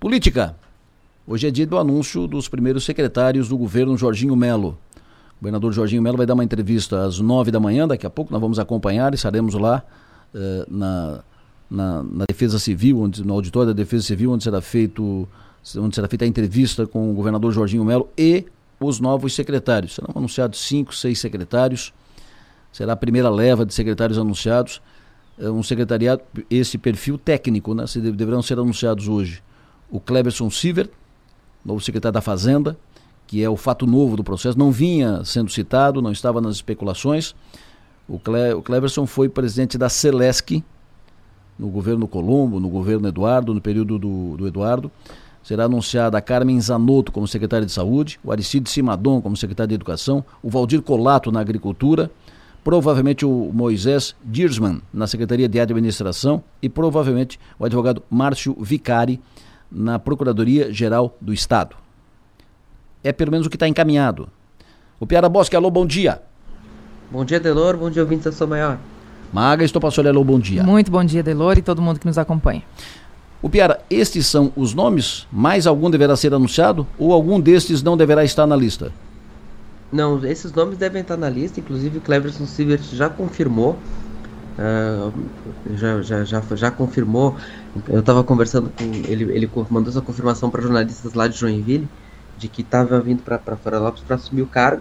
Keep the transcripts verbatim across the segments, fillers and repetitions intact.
Política. Hoje é dia do anúncio dos primeiros secretários do governo Jorginho Melo. O governador Jorginho Melo vai dar uma entrevista às nove da manhã, daqui a pouco nós vamos acompanhar e estaremos lá eh, na, na, na Defesa Civil, onde, no auditório da Defesa Civil, onde será, feito, onde será feita a entrevista com o governador Jorginho Melo e os novos secretários. Serão anunciados cinco, seis secretários, será a primeira leva de secretários anunciados. É um secretariado, esse perfil técnico, né, deverão ser anunciados hoje. O Cleverson Siver, novo secretário da Fazenda, que é o fato novo do processo, não vinha sendo citado, não estava nas especulações. O, Cle, o Cleverson foi presidente da Celesc, no governo Colombo, no governo Eduardo, no período do, do Eduardo. Será anunciada a Carmen Zanotto como secretária de Saúde, o Aristide Simadon como secretário de Educação, o Valdir Colato na Agricultura, provavelmente o Moisés Dirsman na Secretaria de Administração e provavelmente o advogado Márcio Vicari na Procuradoria-Geral do Estado. É pelo menos o que está encaminhado. O Piara Bosque, alô, bom dia. Bom dia, Delor, bom dia, ouvintes da Sou Maior. Maga Estopassoli, alô, bom dia. Muito bom dia, Delor, e todo mundo que nos acompanha. O Piara, estes são os nomes? Mais algum deverá ser anunciado ou algum destes não deverá estar na lista? Não, esses nomes devem estar na lista, inclusive o Cleverson Siver já confirmou, uh, já, já, já, já confirmou, eu estava conversando com ele, ele mandou essa confirmação para jornalistas lá de Joinville, de que estava vindo para Florianópolis para assumir o cargo,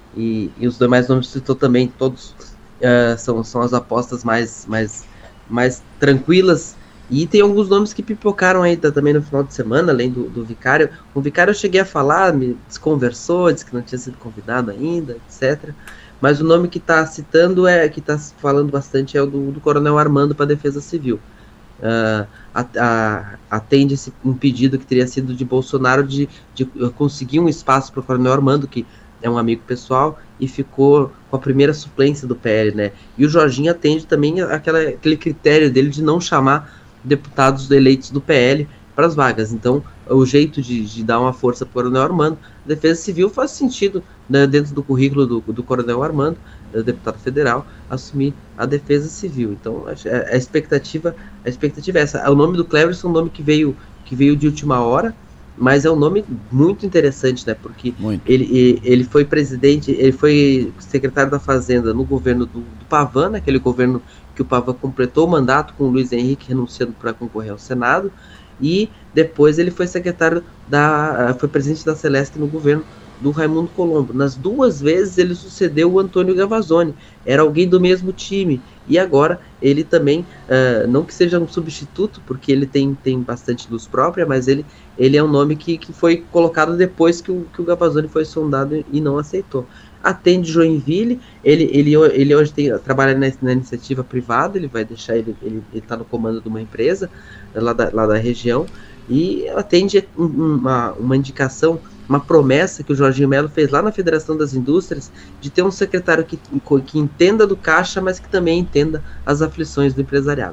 e, e os demais nomes que citou também, todos uh, são, são as apostas mais, mais, mais tranquilas. E tem alguns nomes que pipocaram aí também no final de semana, além do, do Vicário. O Vicário eu cheguei a falar, me desconversou, disse que não tinha sido convidado ainda, etcétera. Mas o nome que está citando, é que está falando bastante, é o do, do Coronel Armando para a Defesa Civil. Uh, a, a, atende esse, um pedido que teria sido de Bolsonaro de, de conseguir um espaço para o Coronel Armando, que é um amigo pessoal, e ficou com a primeira suplência do P L, né? E o Jorginho atende também aquela, aquele critério dele de não chamar deputados eleitos do P L para as vagas. Então, o jeito de, de dar uma força para o Coronel Armando, a Defesa Civil faz sentido, né, dentro do currículo do, do Coronel Armando, do deputado federal, assumir a Defesa Civil. Então, a, a expectativa, a expectativa é essa. O nome do Cleverson é um nome que veio, que veio de última hora, mas é um nome muito interessante, né? Porque ele, ele foi presidente, ele foi secretário da Fazenda no governo do, do Pavan, aquele governo que o Pavan completou o mandato com o Luiz Henrique renunciando para concorrer ao Senado, e depois ele foi secretário da, foi presidente da Celesc no governo do Raimundo Colombo. Nas duas vezes ele sucedeu o Antônio Gavazzoni, era alguém do mesmo time, e agora ele também, uh, não que seja um substituto, porque ele tem, tem bastante luz própria, mas ele, ele é um nome que, que foi colocado depois que o, que o Gavazzoni foi sondado e não aceitou. Atende Joinville, ele, ele, ele hoje tem, trabalha na, na iniciativa privada, ele vai deixar, ele ele está no comando de uma empresa lá da, lá da região, e atende uma, uma indicação, uma promessa que o Jorginho Melo fez lá na Federação das Indústrias, de ter um secretário que, que entenda do caixa, mas que também entenda as aflições do empresariado.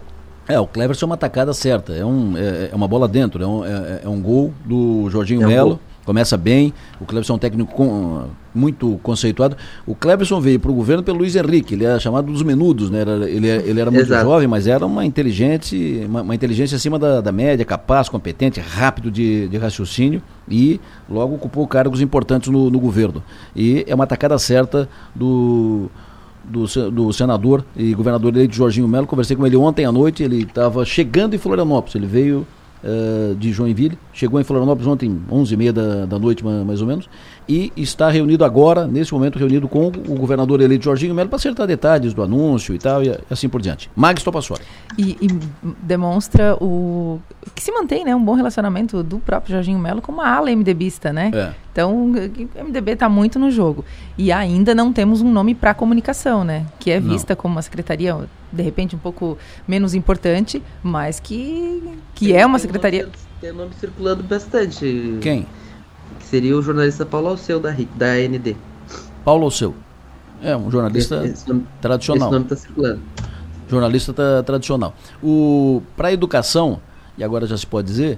É, o Cleverson é uma tacada certa, é, um, é, é uma bola dentro, é um, é, é um gol do Jorginho é um Melo. Gol. Começa bem, o Cleverson é um técnico com, muito conceituado. O Cleverson veio para o governo pelo Luiz Henrique, ele era chamado dos menudos, né? Era, ele, ele era muito Exato. jovem, mas era uma inteligente, uma, uma inteligência acima da, da média, capaz, competente, rápido de, de raciocínio, e logo ocupou cargos importantes no, no governo. E é uma tacada certa do, do, do senador e governador eleito Jorginho Melo. Conversei com ele ontem à noite, ele estava chegando em Florianópolis, ele veio Uh, de Joinville, chegou em Florianópolis ontem, onze e meia da, da noite, mais ou menos, e está reunido agora, nesse momento, reunido com o governador eleito Jorginho Melo para acertar detalhes do anúncio e tal, e assim por diante. Maga Estopassoli. E, e demonstra o que se mantém, né, um bom relacionamento do próprio Jorginho Melo com uma ala MDBista, né? É. Então, o M D B está muito no jogo. E ainda não temos um nome para comunicação, né? Que é vista não. como uma secretaria, de repente, um pouco menos importante, mas que, que tem, é uma secretaria... Nome, tem nome circulando bastante. Quem? Que seria o jornalista Paulo Alceu, da, da A N D. Paulo Alceu. É, um jornalista esse, esse nome, tradicional. Esse nome está circulando. Jornalista tá, tradicional. Para a educação, e agora já se pode dizer...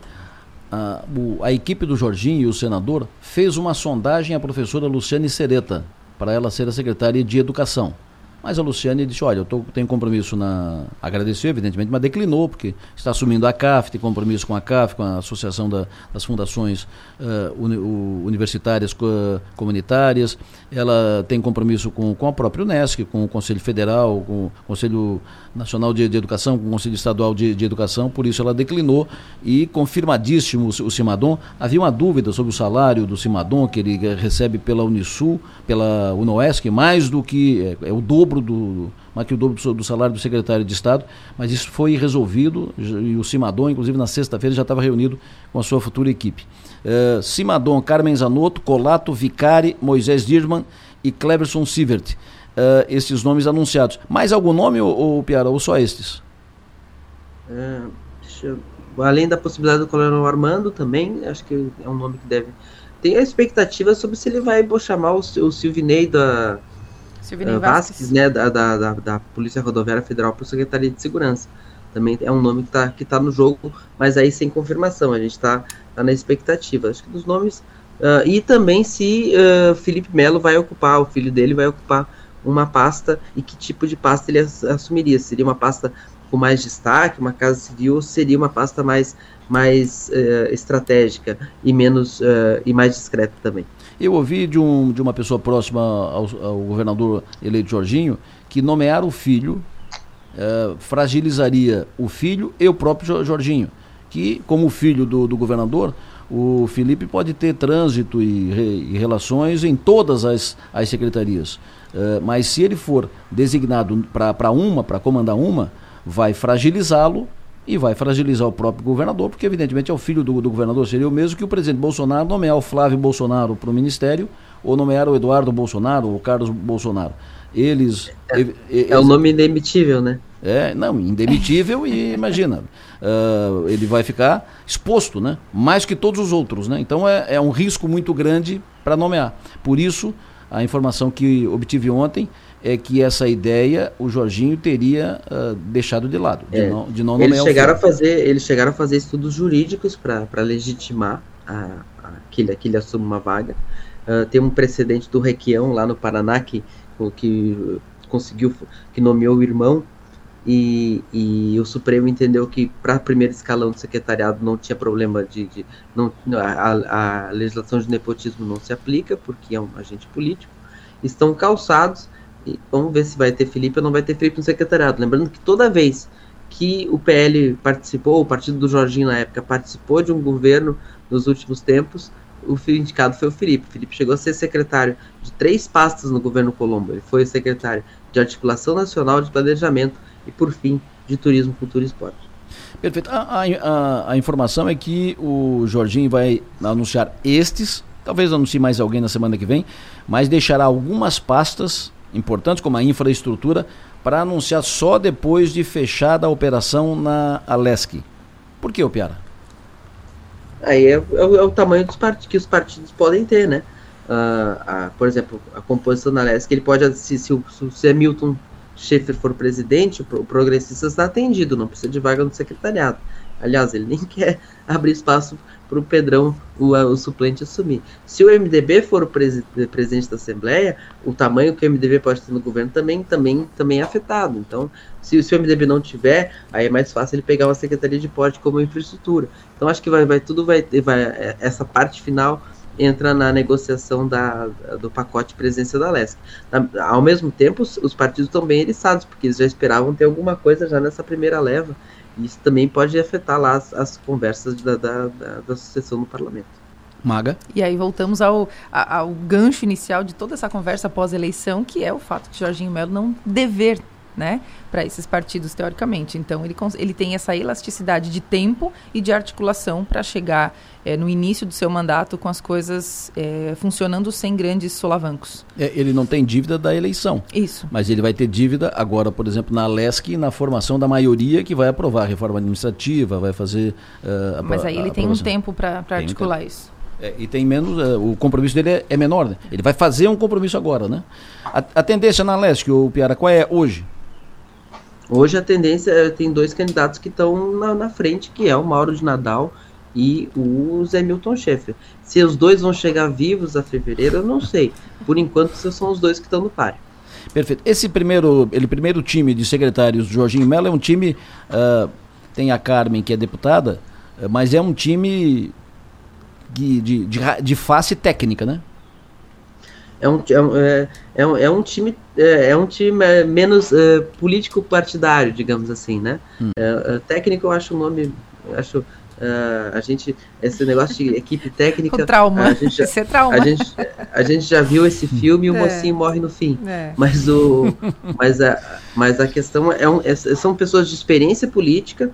A, o, a equipe do Jorginho e o senador fez uma sondagem à professora Luciane Sereta para ela ser a secretária de Educação. Mas a Luciane disse, olha, eu tô, tenho compromisso na... Agradeceu, evidentemente, mas declinou, porque está assumindo a C A F, tem compromisso com a C A F, com a Associação da, das Fundações uh, uni, uh, Universitárias uh, Comunitárias. Ela tem compromisso com, com a própria Unesc, com o Conselho Federal, com o Conselho Nacional de, de Educação, com o Conselho Estadual de, de Educação, por isso ela declinou e confirmadíssimo o, o Cimadom. Havia uma dúvida sobre o salário do Cimadom, que ele recebe pela Unisul, pela Unoesc, mais do que, é, é o dobro do, mais que o dobro do, do salário do secretário de Estado, mas isso foi resolvido e o Cimadom, inclusive na sexta-feira, já estava reunido com a sua futura equipe. Uh, Cimadom, Carmen Zanotto, Colato, Vicari, Moisés Dirman e Cleverson Sievert. Uh, esses nomes anunciados. Mais algum nome, ou, ou Piara, ou só estes? É, deixa eu, além da possibilidade do Coronel Armando também, acho que é um nome que deve... Tem a expectativa sobre se ele vai chamar o, o Silvinei da Silvinei uh, Vasquez, né, da, da, da, da Polícia Rodoviária Federal para a Secretaria de Segurança. Também é um nome que está que tá no jogo, mas aí sem confirmação, a gente está tá na expectativa. Acho que dos nomes... Uh, e também se uh, Felipe Melo vai ocupar, o filho dele vai ocupar uma pasta, e que tipo de pasta ele assumiria. Seria uma pasta com mais destaque, uma casa civil, ou seria uma pasta mais, mais uh, estratégica e menos uh, e mais discreta também? Eu ouvi de, um, de uma pessoa próxima ao, ao governador eleito Jorginho que nomear o filho uh, fragilizaria o filho e o próprio Jorginho, que como filho do, do governador, o Felipe pode ter trânsito e, e relações em todas as, as secretarias. Uh, mas se ele for designado para uma, para comandar uma, vai fragilizá-lo e vai fragilizar o próprio governador, porque evidentemente é o filho do, do governador. Seria o mesmo que o presidente Bolsonaro nomear o Flávio Bolsonaro para o ministério, ou nomear o Eduardo Bolsonaro ou o Carlos Bolsonaro. Eles... É, eles, é o nome indemitível, né? É, não, indemitível e imagina, uh, ele vai ficar exposto, né? Mais que todos os outros, né? Então é, é um risco muito grande para nomear. Por isso, a informação que obtive ontem é que essa ideia o Jorginho teria uh, deixado de lado, de, é. não, de não nomear eles chegaram o a fazer Eles chegaram a fazer estudos jurídicos para legitimar a, a, que, ele, que ele assuma uma vaga. Uh, tem um precedente do Requião lá no Paraná que, que conseguiu, que nomeou o irmão, e, e o Supremo entendeu que para primeiro escalão do secretariado não tinha problema de... de não, a, a legislação de nepotismo não se aplica, porque é um agente político. Estão calçados, e vamos ver se vai ter Felipe ou não vai ter Felipe no secretariado. Lembrando que toda vez que o P L participou, o partido do Jorginho na época participou de um governo nos últimos tempos, o indicado foi o Felipe. O Felipe chegou a ser secretário de três pastas no governo Colombo. Ele foi secretário de Articulação Nacional, de Planejamento e, por fim, de Turismo, Cultura e Esporte. Perfeito. A, a, a informação é que o Jorginho vai anunciar estes, talvez anuncie mais alguém na semana que vem, mas deixará algumas pastas importantes, como a infraestrutura, para anunciar só depois de fechada a operação na Alesc. Por que, Piara? Aí é, é, é o tamanho dos part... que os partidos podem ter, né? Uh, a, por exemplo, a composição da Alesc, ele pode, se, se, o, se o Milton Schaefer for presidente, o, o Progressista está atendido, não precisa de vaga no secretariado. Aliás, ele nem quer abrir espaço para o Pedrão, o, o suplente, assumir. Se o M D B for o presi presidente da Assembleia, o tamanho que o M D B pode ter no governo também, também, também é afetado. Então, se, se o M D B não tiver, aí é mais fácil ele pegar uma secretaria de porte como infraestrutura. Então, acho que vai, vai tudo vai, vai essa parte final entra na negociação da, do pacote presidência da Alesc. Ao mesmo tempo, os, os partidos estão bem eriçados, porque eles já esperavam ter alguma coisa já nessa primeira leva. Isso também pode afetar lá as, as conversas da, da, da, da sucessão no parlamento. Maga? E aí voltamos ao, ao gancho inicial de toda essa conversa pós-eleição, que é o fato de Jorginho Melo não dever, né, para esses partidos, teoricamente. Então, ele, ele tem essa elasticidade de tempo e de articulação para chegar é, no início do seu mandato com as coisas é, funcionando sem grandes solavancos. É, ele não tem dívida da eleição. Isso. Mas ele vai ter dívida agora, por exemplo, na Alesc, na formação da maioria que vai aprovar a reforma administrativa, vai fazer... Uh, a, Mas aí ele tem um tempo para articular um isso. É, e tem menos, uh, o compromisso dele é, é menor, né? Ele vai fazer um compromisso agora, né? A, a tendência na Alesc, o Piara, qual é hoje? Hoje a tendência, tem dois candidatos que estão na, na frente, que é o Mauro de Nadal e o Zé Milton Schaefer. Se os dois vão chegar vivos a fevereiro, eu não sei. Por enquanto, são os dois que estão no páreo. Perfeito. Esse primeiro, ele primeiro time de secretários do Jorginho Melo é um time, uh, tem a Carmen, que é deputada, uh, mas é um time de, de, de, de face técnica, né? É um, é, é, um, é um time, é, é um time menos é, político partidário, digamos assim, né? Hum. É, técnico eu acho o nome, eu acho... Uh, a gente, esse negócio de equipe técnica, o trauma. A gente já, Esse é trauma. A gente, a gente já viu esse filme e o é. mocinho morre no fim. É. Mas, o, mas, a, mas a questão é, um, é são pessoas de experiência política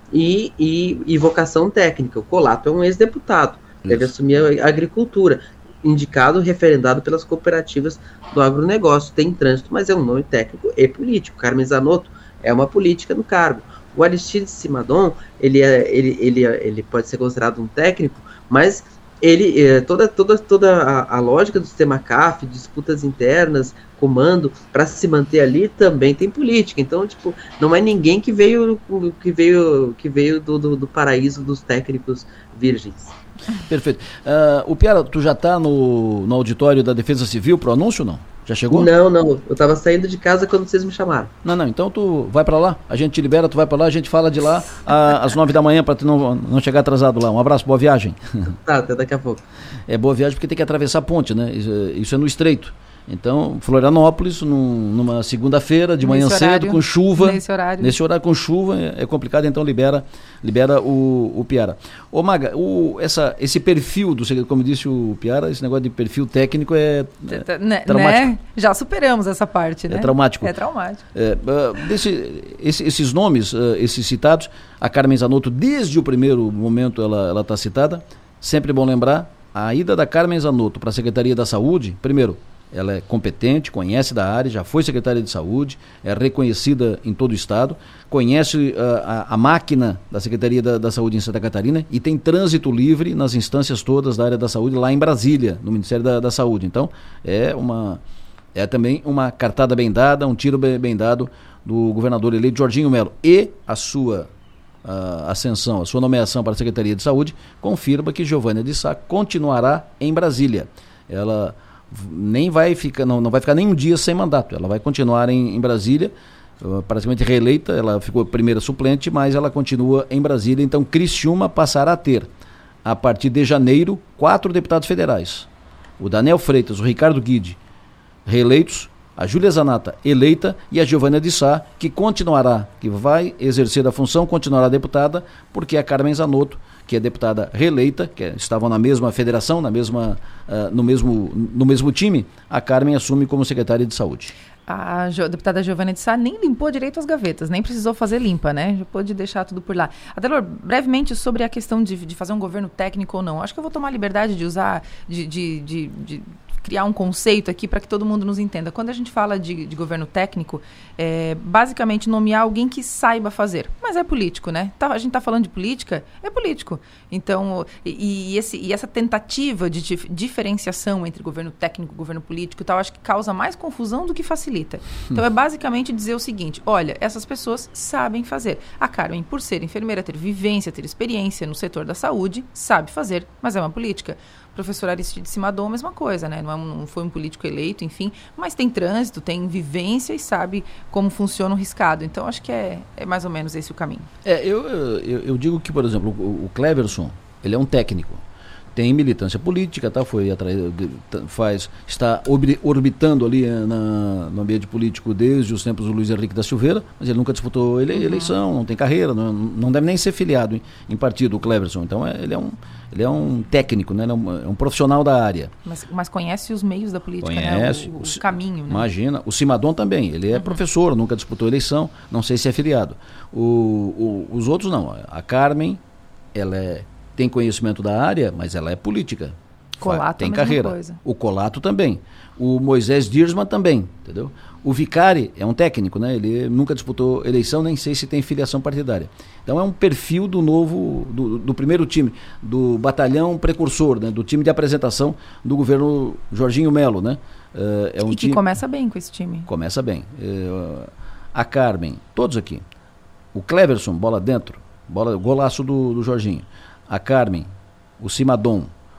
e, e, e vocação técnica. O Colato é um ex-deputado, deve assumir a agricultura, indicado, referendado pelas cooperativas do agronegócio, tem trânsito, mas é um nome técnico e político. Carmen Zanotto é uma política no cargo. O Aristides Simadon, ele, é, ele, ele, ele pode ser considerado um técnico, mas ele, é, toda, toda, toda a, a lógica do sistema C A F, disputas internas, comando, para se manter ali, também tem política. Então, tipo, não é ninguém que veio, que veio, que veio do, do, do paraíso dos técnicos virgens. Perfeito. Uh, o Piara, tu já está no, no auditório da Defesa Civil pro anúncio ou não? Já chegou? Não, não. Eu tava saindo de casa quando vocês me chamaram. Não, não. Então tu vai para lá. A gente te libera, tu vai para lá, a gente fala de lá a, às nove da manhã para tu não, não chegar atrasado lá. Um abraço, boa viagem. Tá, até daqui a pouco. É boa viagem porque tem que atravessar a ponte, né? Isso, isso é no Estreito. Então, Florianópolis, num, numa segunda-feira, de manhã cedo, com chuva. Nesse horário. Nesse horário com chuva, é, é complicado, então libera, libera o, o Piara. Ô Maga, o, essa, esse perfil do segredo, como disse o Piara, esse negócio de perfil técnico é, é né, traumático. Né? Já superamos essa parte, né? É traumático. É traumático. É, uh, desse, esse, esses nomes, uh, esses citados, a Carmen Zanotto, desde o primeiro momento ela está citada, sempre bom lembrar, a ida da Carmen Zanotto para a Secretaria da Saúde, primeiro, ela é competente, conhece da área, já foi secretária de saúde, é reconhecida em todo o estado, conhece uh, a, a máquina da Secretaria da, da Saúde em Santa Catarina e tem trânsito livre nas instâncias todas da área da saúde lá em Brasília, no Ministério da, da Saúde. Então, é, uma, é também uma cartada bem dada, um tiro bem, bem dado do governador eleito Jorginho Melo. E a sua uh, ascensão, a sua nomeação para a Secretaria de Saúde confirma que Giovânia de Sá continuará em Brasília. Ela... nem vai ficar, não, não vai ficar nem um dia sem mandato, ela vai continuar em, em Brasília, uh, praticamente reeleita, ela ficou primeira suplente, mas ela continua em Brasília, então Criciúma passará a ter, a partir de janeiro, quatro deputados federais, o Daniel Freitas, o Ricardo Guide, reeleitos, a Júlia Zanata, eleita, e a Giovânia de Sá, que continuará, que vai exercer a função, continuará deputada, porque a Carmen Zanotto, que é deputada reeleita, que é, estavam na mesma federação, na mesma, uh, no, mesmo, no mesmo time, a Carmen assume como secretária de saúde. A jo- deputada Giovânia de Sá nem limpou direito as gavetas, nem precisou fazer limpa, né? Já pôde deixar tudo por lá. Adelor, brevemente sobre a questão de, de fazer um governo técnico ou não. Acho que eu vou tomar a liberdade de usar, de, de, de, de criar um conceito aqui para que todo mundo nos entenda. Quando a gente fala de, de governo técnico, é basicamente nomear alguém que saiba fazer. Mas é político, né? Tá, a gente está falando de política, é político. Então, e, e, esse, e essa tentativa de dif- diferenciação entre governo técnico e governo político e tal, acho que causa mais confusão do que facilita. Então, é basicamente dizer o seguinte, olha, essas pessoas sabem fazer. A Carmen, por ser enfermeira, ter vivência, ter experiência no setor da saúde, sabe fazer, mas é uma política. O professor Aristides Simadon, a mesma coisa, né? Não, é um, não foi um político eleito, enfim, mas tem trânsito, tem vivência e sabe como funciona o riscado. Então, acho que é, é mais ou menos esse o caminho. É, eu, eu, eu digo que, por exemplo, o, o Cleverson, ele é um técnico. Tem militância política, tá? Foi atrás, faz, está orbitando ali na, no ambiente político desde os tempos do Luiz Henrique da Silveira, mas ele nunca disputou ele, uhum. eleição, não tem carreira, não, não deve nem ser filiado em, em partido, o Cleverson. Então é, ele, é um, ele é um técnico, né? Ele é um, é um profissional da área. Mas, mas conhece os meios da política, conhece, né? O, o, o, o caminho. Né? Imagina. O Simadon também, ele é uhum. professor, nunca disputou eleição, não sei se é filiado. O, o, os outros não. A Carmen, ela é... tem conhecimento da área, mas ela é política. Colato tem é a carreira. Coisa. O Colato também. O Moisés Dirsman também, entendeu? O Vicari é um técnico, né? Ele nunca disputou eleição, nem sei se tem filiação partidária. Então é um perfil do novo, do, do primeiro time, do batalhão precursor, né? Do time de apresentação do governo Jorginho Melo, né? Uh, é um e que time... começa bem com esse time. Começa bem. Uh, a Carmen, todos aqui. O Cleverson, bola dentro, bola, golaço do, do Jorginho. A Carmen, o Simadon,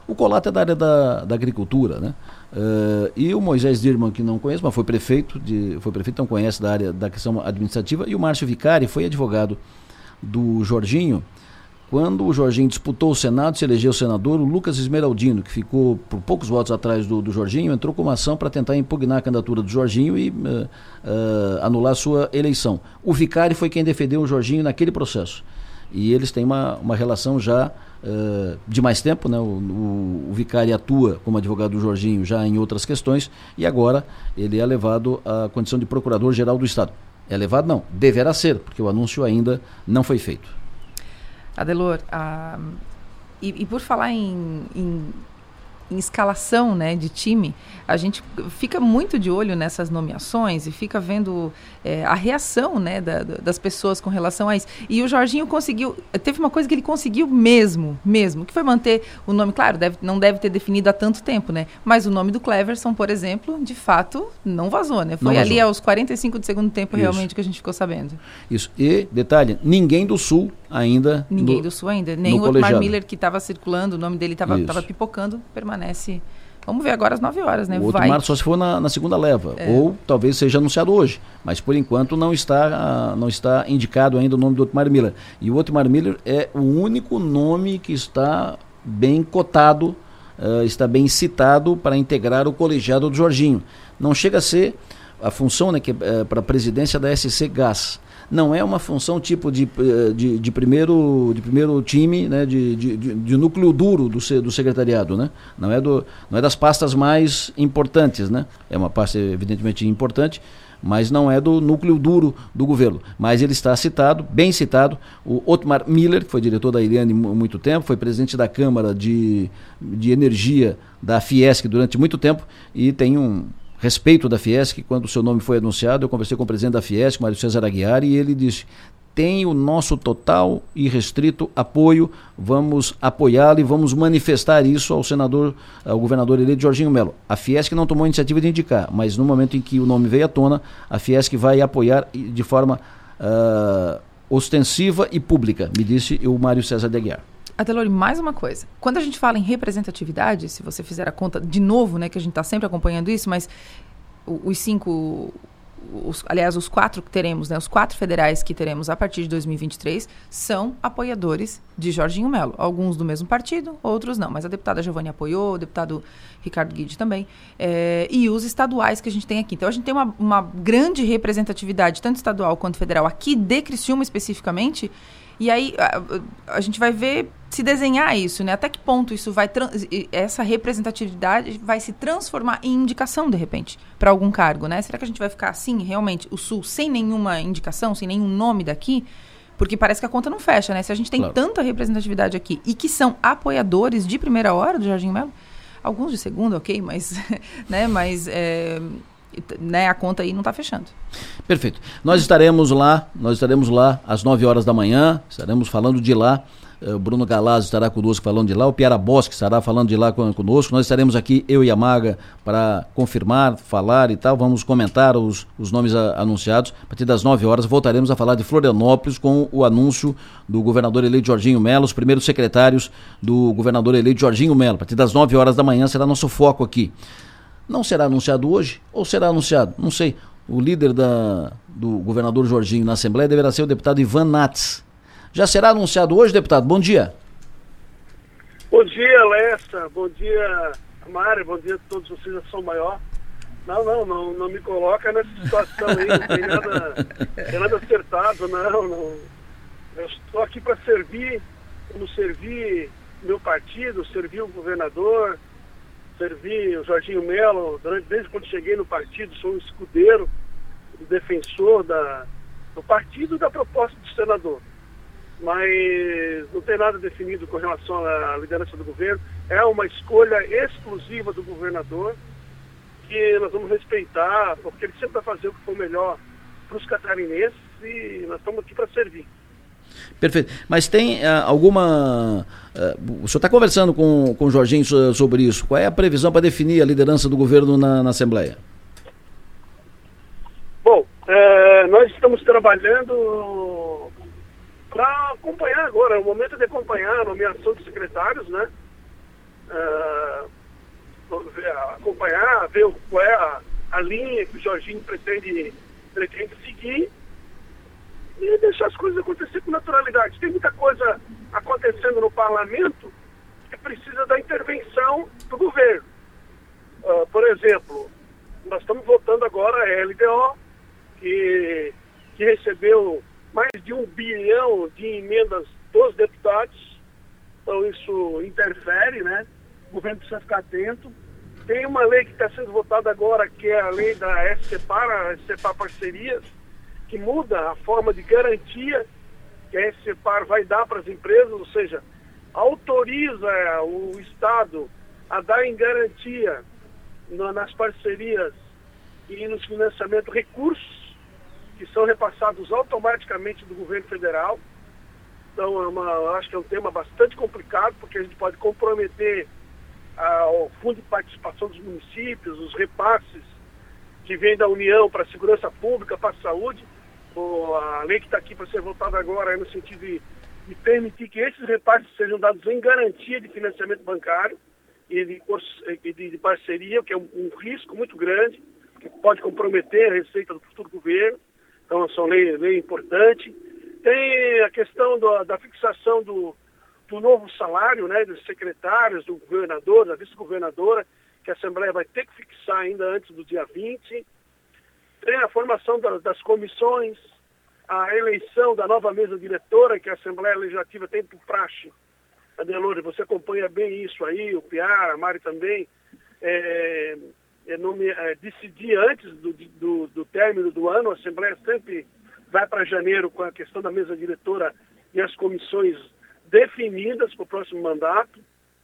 O Colato é da área da, da agricultura, né? Uh, e o Moisés Dirman, que não conheço, mas foi prefeito, de, foi prefeito, não conhece da área da questão administrativa, e o Márcio Vicari foi advogado do Jorginho. Quando o Jorginho disputou o Senado, se elegeu senador, o Lucas Esmeraldino, que ficou por poucos votos atrás do, do Jorginho, entrou com uma ação para tentar impugnar a candidatura do Jorginho e uh, uh, anular sua eleição. O Vicari foi quem defendeu o Jorginho naquele processo. E eles têm uma, uma relação já uh, de mais tempo, né? O, o, o Vicari atua como advogado do Jorginho já em outras questões e agora ele é levado à condição de procurador-geral do Estado. É levado? Não. Deverá ser, porque o anúncio ainda não foi feito. Adelor, ah, e, e por falar em, em, em escalação, né, de time, a gente fica muito de olho nessas nomeações e fica vendo é, a reação, né, da, das pessoas com relação a isso. E o Jorginho conseguiu, teve uma coisa que ele conseguiu mesmo, mesmo, que foi manter o nome, claro, deve, não deve ter definido há tanto tempo, né, mas o nome do Cleverson, por exemplo, de fato, não vazou, né, foi ali aos quarenta e cinco do segundo tempo Isso. realmente que a gente ficou sabendo. Isso, e detalhe, ninguém do Sul ainda. Ninguém no, do Sul ainda, nem o Otmar Miller que estava circulando, o nome dele estava pipocando, permanece. Vamos ver agora às nove horas, né? O Otmar Vai... só se for na, na segunda leva, é. ou talvez seja anunciado hoje, mas por enquanto não está, não está indicado ainda o nome do Otmar Miller. E o Otmar Miller é o único nome que está bem cotado, uh, está bem citado para integrar o colegiado do Jorginho. Não chega a ser a função, né, que é uh, para a presidência da S C Gás. Não é uma função tipo de, de, de, primeiro, de primeiro time, né, de, de, de núcleo duro do, do secretariado, né? Não é, do, não é das pastas mais importantes, né? É uma pasta evidentemente importante, mas não é do núcleo duro do governo. Mas ele está citado, bem citado, o Otmar Miller, que foi diretor da Iriane há muito tempo, foi presidente da Câmara de, de Energia da Fiesc durante muito tempo e tem um respeito da Fiesc. Quando o seu nome foi anunciado, eu conversei com o presidente da Fiesc, Mário César Aguiar, e ele disse: tem o nosso total e restrito apoio, vamos apoiá-lo e vamos manifestar isso ao senador, ao governador eleito Jorginho Melo. A Fiesc não tomou a iniciativa de indicar, mas no momento em que o nome veio à tona, a Fiesc vai apoiar de forma uh, ostensiva e pública, me disse o Mário César de Aguiar. Adelor, mais uma coisa. Quando a gente fala em representatividade, se você fizer a conta de novo, né, que a gente está sempre acompanhando isso, mas os cinco, os, aliás, os quatro que teremos, né, os quatro federais que teremos a partir de dois mil e vinte e três são apoiadores de Jorginho Melo. Alguns do mesmo partido, outros não. Mas a deputada Giovanni apoiou, o deputado Ricardo Guide também. É, e os estaduais que a gente tem aqui. Então, a gente tem uma, uma grande representatividade, tanto estadual quanto federal, aqui de Criciúma especificamente. E aí a, a gente vai ver se desenhar isso, né? Até que ponto isso vai essa representatividade vai se transformar em indicação, de repente, para algum cargo, né? Será que a gente vai ficar assim, realmente, o Sul, sem nenhuma indicação, sem nenhum nome daqui? Porque parece que a conta não fecha, né? Se a gente tem claro. tanta representatividade aqui e que são apoiadores de primeira hora do Jorginho Melo, alguns de segunda, ok, mas, né? Mas é, né, a conta aí não está fechando. Perfeito. Nós estaremos lá, nós estaremos lá às nove horas da manhã, estaremos falando de lá. O Bruno Galazzo estará conosco falando de lá, o Piara Bosque estará falando de lá conosco. Nós estaremos aqui, eu e a Maga, para confirmar, falar e tal. Vamos comentar os, os nomes a, anunciados. A partir das nove horas voltaremos a falar de Florianópolis com o anúncio do governador eleito Jorginho Melo, os primeiros secretários do governador eleito Jorginho Melo. A partir das nove horas da manhã será nosso foco aqui. Não será anunciado hoje ou será anunciado? Não sei. O líder da, do governador Jorginho na Assembleia deverá ser o deputado Ivan Nats. Já será anunciado hoje, deputado? Bom dia. Bom dia, Lessa. Bom dia, Mário. Bom dia a todos vocês da São Maior. Não, não, não, não me coloca nessa situação aí. Não tem nada, tem nada acertado, não, não. Eu estou aqui para servir, como servi meu partido, servi o governador, servi o Jorginho Melo. Desde quando cheguei no partido, sou um escudeiro, um defensor da, do partido e da proposta do senador. Mas não tem nada definido com relação à liderança do governo. É uma escolha exclusiva do governador que nós vamos respeitar, porque ele sempre vai fazer o que for melhor para os catarinenses e nós estamos aqui para servir. Perfeito. Mas tem uh, alguma... Uh, o senhor está conversando com, com o Jorginho sobre isso. Qual é a previsão para definir a liderança do governo na, na Assembleia? Bom, é, nós estamos trabalhando para acompanhar agora, é o momento de acompanhar a nomeação dos secretários, né? uh, acompanhar, ver qual é a, a linha que o Jorginho pretende, pretende seguir e deixar as coisas acontecer com naturalidade. Tem muita coisa acontecendo no parlamento que precisa da intervenção do governo. Uh, por exemplo, nós estamos votando agora a L D O, que, que recebeu mais de um bilhão de emendas dos deputados, então isso interfere, né? O governo precisa ficar atento. Tem uma lei que está sendo votada agora, que é a lei da S C Par, a S C Par Parcerias, que muda a forma de garantia que a S C Par vai dar para as empresas, ou seja, autoriza o Estado a dar em garantia no, nas parcerias e nos financiamentos recursos que são repassados automaticamente do governo federal. Então, é uma, eu acho que é um tema bastante complicado, porque a gente pode comprometer ah, o fundo de participação dos municípios, os repasses que vêm da União para a segurança pública, para a saúde. O, a lei que está aqui para ser votada agora é no sentido de, de permitir que esses repasses sejam dados em garantia de financiamento bancário e de, de, de parceria, que é um, um risco muito grande, que pode comprometer a receita do futuro governo. Então, são lei, lei importante. Tem a questão do, da fixação do, do novo salário, né, dos secretários, do governador, da vice-governadora, que a Assembleia vai ter que fixar ainda antes do dia vinte. Tem a formação da, das comissões, a eleição da nova mesa diretora, que a Assembleia Legislativa tem por praxe. Adelore, você acompanha bem isso aí, o Piara, a Mari também, é, é, nome, é, decidir antes do, do, do término do ano. A Assembleia sempre vai para janeiro com a questão da mesa diretora e as comissões definidas para o próximo mandato.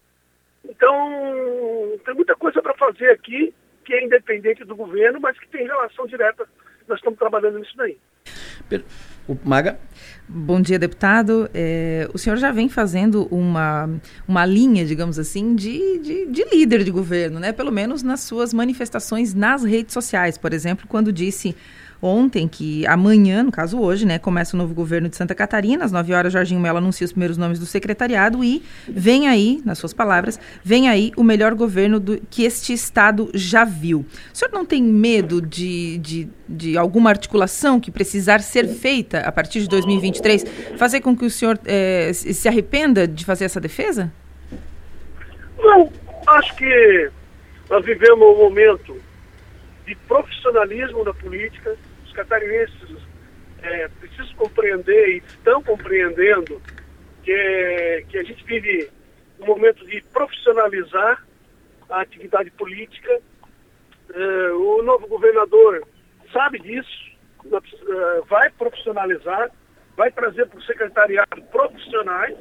Então, tem muita coisa para fazer aqui, que é independente do governo, mas que tem relação direta. Nós estamos trabalhando nisso daí. O Maga? Bom dia, deputado. É, o senhor já vem fazendo uma, uma linha, digamos assim, de, de, de líder de governo, né? Pelo menos nas suas manifestações nas redes sociais. Por exemplo, quando disse ontem que amanhã, no caso hoje, né, começa o novo governo de Santa Catarina, às nove horas, Jorginho Mello anuncia os primeiros nomes do secretariado e vem aí, nas suas palavras, vem aí o melhor governo do, que este estado já viu. O senhor não tem medo de, de, de alguma articulação que precisar ser feita a partir de dois mil e vinte e três, fazer com que o senhor é, se arrependa de fazer essa defesa? Não, acho que nós vivemos um momento de profissionalismo da política. Os catarinenses é, precisam compreender e estão compreendendo que, que a gente vive um momento de profissionalizar a atividade política. É, o novo governador sabe disso, vai profissionalizar, vai trazer para o secretariado profissionais.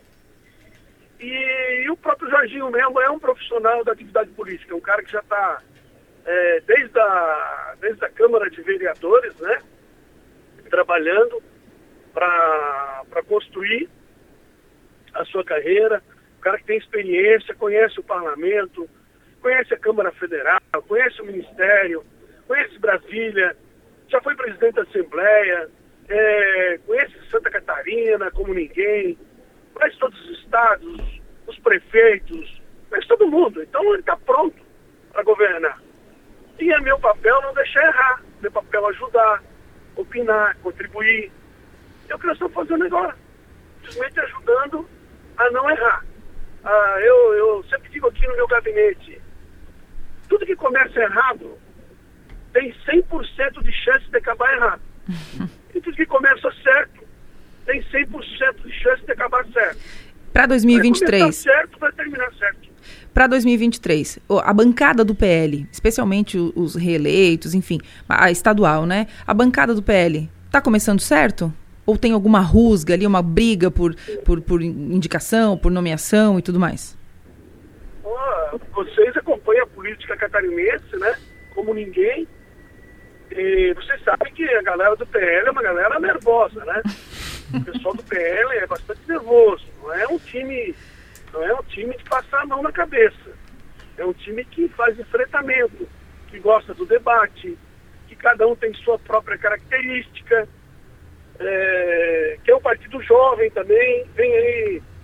E, e o próprio Jorginho Mello é um profissional da atividade política, um cara que já está É, desde, a, desde a Câmara de Vereadores, né, trabalhando para construir a sua carreira, o cara que tem experiência, conhece o parlamento, conhece a Câmara Federal, conhece o Ministério, conhece Brasília, já foi presidente da Assembleia, é, conhece Santa Catarina como ninguém, conhece todos os estados, os prefeitos, conhece todo mundo. Então ele está pronto para governar. E é meu papel não deixar errar, meu papel ajudar, opinar, contribuir. É o que nós estamos fazendo agora, simplesmente ajudando a não errar. Ah, eu, eu sempre digo aqui no meu gabinete, tudo que começa errado tem cem por cento de chance de acabar errado. E tudo que começa certo tem cem por cento de chance de acabar certo. Para dois mil e vinte e três. Vai começar certo, vai terminar certo. Para dois mil e vinte e três, a bancada do P L, especialmente os reeleitos, enfim, a estadual, né? A bancada do P L está começando certo? Ou tem alguma rusga ali, uma briga por, por, por indicação, por nomeação e tudo mais? Oh, vocês acompanham a política catarinense, né? Como ninguém. E vocês sabem que a galera do P L é uma galera nervosa, né? O pessoal do P L é bastante nervoso. Não é um time... Não é um time de passar a mão na cabeça. É um time que faz enfrentamento, que gosta do debate, que cada um tem sua própria característica, é, que é um partido jovem também, vem aí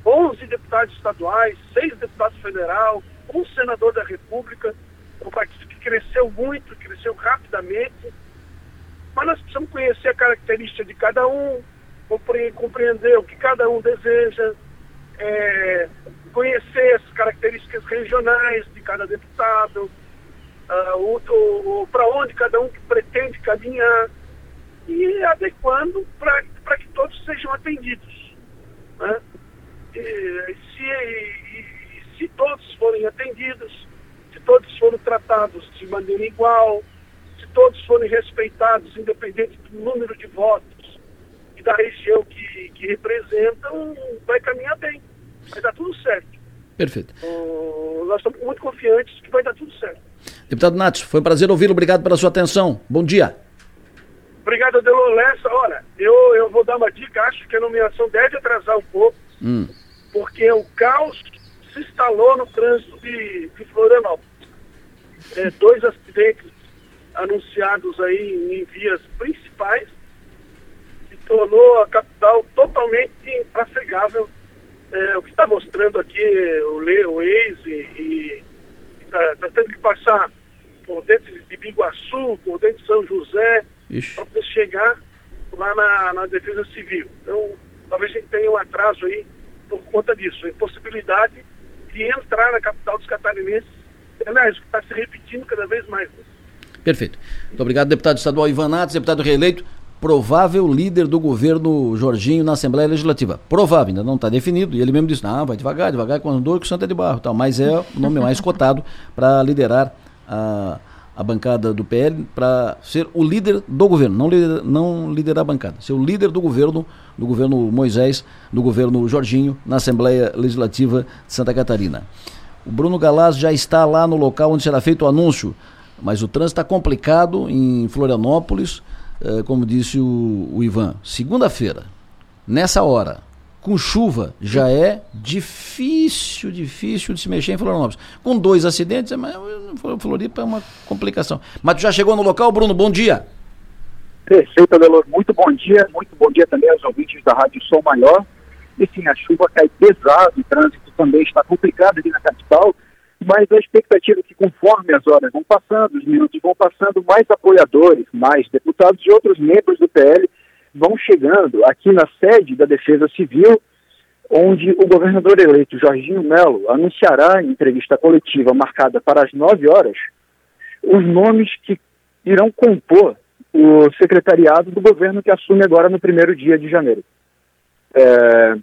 onze deputados estaduais, seis deputados federal, um senador da República, um partido que cresceu muito, cresceu rapidamente, mas nós precisamos conhecer a característica de cada um, compreender o que cada um deseja, é, conhecer as características regionais de cada deputado, uh, para onde cada um pretende caminhar, e adequando para que todos sejam atendidos, né? E, se, e, se todos forem atendidos, se todos forem tratados de maneira igual, se todos forem respeitados, independente do número de votos e da região que, que representam, vai caminhar bem, vai dar tudo certo. Perfeito. Uh, nós estamos muito confiantes que vai dar tudo certo. Deputado Nath, foi um prazer ouvi-lo, obrigado pela sua atenção. Bom dia. Obrigado, Adelor Lessa. Olha, eu, eu vou dar uma dica, acho que a nomeação deve atrasar um pouco, hum. porque o caos se instalou no trânsito de, de Florianópolis. É, dois acidentes anunciados aí em vias principais, que tornou a capital totalmente intrafegável. É, o que está mostrando aqui o, Le, o Waze, e está tá tendo que passar por dentro de Biguaçu, por dentro de São José, para poder chegar lá na, na Defesa Civil. Então, talvez a gente tenha um atraso aí por conta disso, a impossibilidade de entrar na capital dos catarinenses, aliás, que está se repetindo cada vez mais. Perfeito. Muito obrigado, deputado estadual Ivan Nath, deputado reeleito, provável líder do governo Jorginho na Assembleia Legislativa. Provável, ainda não está definido, e ele mesmo disse, não, vai devagar, devagar, com dor que o santo é de barro, tal, mas é o nome mais cotado para liderar a, a bancada do P L, para ser o líder do governo, não, lider, não liderar a bancada, ser o líder do governo, do governo Moisés, do governo Jorginho, na Assembleia Legislativa de Santa Catarina. O Bruno Galaz já está lá no local onde será feito o anúncio, mas o trânsito está complicado em Florianópolis, eh, como disse o, o Ivan. Segunda-feira, nessa hora, com chuva, já é difícil, difícil de se mexer em Florianópolis. Com dois acidentes, mas Floripa é uma complicação. Mas tu já chegou no local, Bruno? Bom dia. Perfeito, Adelor. Muito bom dia. Muito bom dia também aos ouvintes da Rádio Som Maior. E sim, a chuva cai pesado, o trânsito também está complicado aqui na capital, mas a expectativa é que conforme as horas vão passando, os minutos vão passando, mais apoiadores, mais deputados e outros membros do P L vão chegando aqui na sede da Defesa Civil, onde o governador eleito Jorginho Melo anunciará em entrevista coletiva marcada para as nove horas os nomes que irão compor o secretariado do governo que assume agora no primeiro dia de janeiro. É...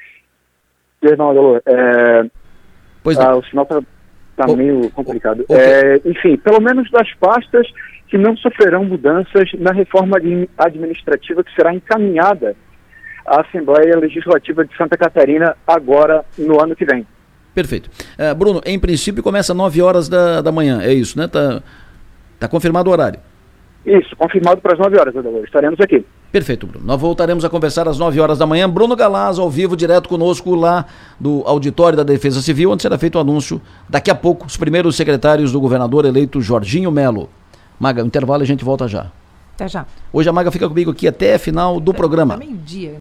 Perdão, Adelor. É... Pois ah, o sinal está tá oh, meio complicado. Oh, okay. é, enfim, pelo menos das pastas que não sofrerão mudanças na reforma administrativa que será encaminhada à Assembleia Legislativa de Santa Catarina agora no ano que vem. Perfeito. Uh, Bruno, em princípio começa às nove horas da, da manhã, é isso, né? Está tá confirmado o horário? Isso, confirmado para as nove horas, Adelor. Estaremos aqui. Perfeito, Bruno. Nós voltaremos a conversar às nove horas da manhã. Bruno Galaz, ao vivo, direto conosco lá do auditório da Defesa Civil, onde será feito o anúncio, daqui a pouco, os primeiros secretários do governador eleito Jorginho Melo. Maga, o intervalo, a gente volta já. Até já. Hoje a Maga fica comigo aqui até final do até, programa. Até meio-dia.